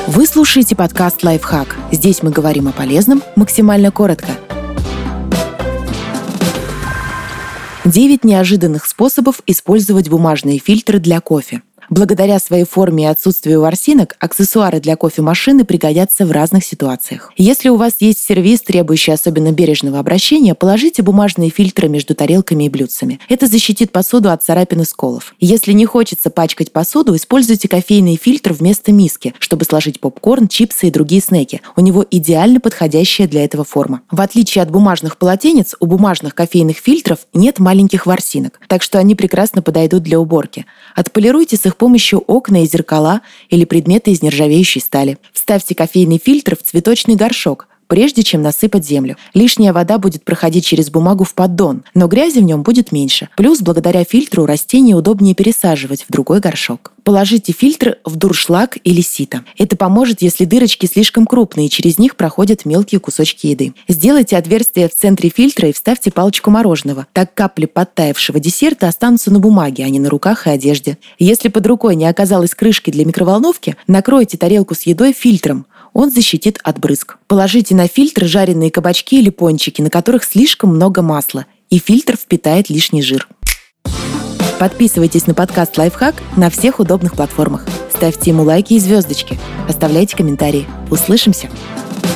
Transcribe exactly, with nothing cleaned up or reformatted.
Вы слушаете подкаст «Лайфхак». Здесь мы говорим о полезном максимально коротко. Девять неожиданных способов использовать бумажные фильтры для кофе. Благодаря своей форме и отсутствию ворсинок, аксессуары для кофемашины пригодятся в разных ситуациях. Если у вас есть сервиз, требующий особенно бережного обращения, положите бумажные фильтры между тарелками и блюдцами. Это защитит посуду от царапин и сколов. Если не хочется пачкать посуду, используйте кофейный фильтр вместо миски, чтобы сложить попкорн, чипсы и другие снеки. У него идеально подходящая для этого форма. В отличие от бумажных полотенец, у бумажных кофейных фильтров нет маленьких ворсинок, так что они прекрасно подойдут для уборки. Отполируйте с их помощью окна и зеркала или предметы из нержавеющей стали. Вставьте кофейный фильтр в цветочный горшок, прежде чем насыпать землю. Лишняя вода будет проходить через бумагу в поддон, но грязи в нем будет меньше. Плюс, благодаря фильтру, растения удобнее пересаживать в другой горшок. Положите фильтр в дуршлаг или сито. Это поможет, если дырочки слишком крупные, и через них проходят мелкие кусочки еды. Сделайте отверстие в центре фильтра и вставьте палочку мороженого. Так капли подтаявшего десерта останутся на бумаге, а не на руках и одежде. Если под рукой не оказалось крышки для микроволновки, накройте тарелку с едой фильтром. Он защитит от брызг. Положите на фильтр жареные кабачки или пончики, на которых слишком много масла, и фильтр впитает лишний жир. Подписывайтесь на подкаст «Лайфхак» на всех удобных платформах. Ставьте ему лайки и звездочки. Оставляйте комментарии. Услышимся!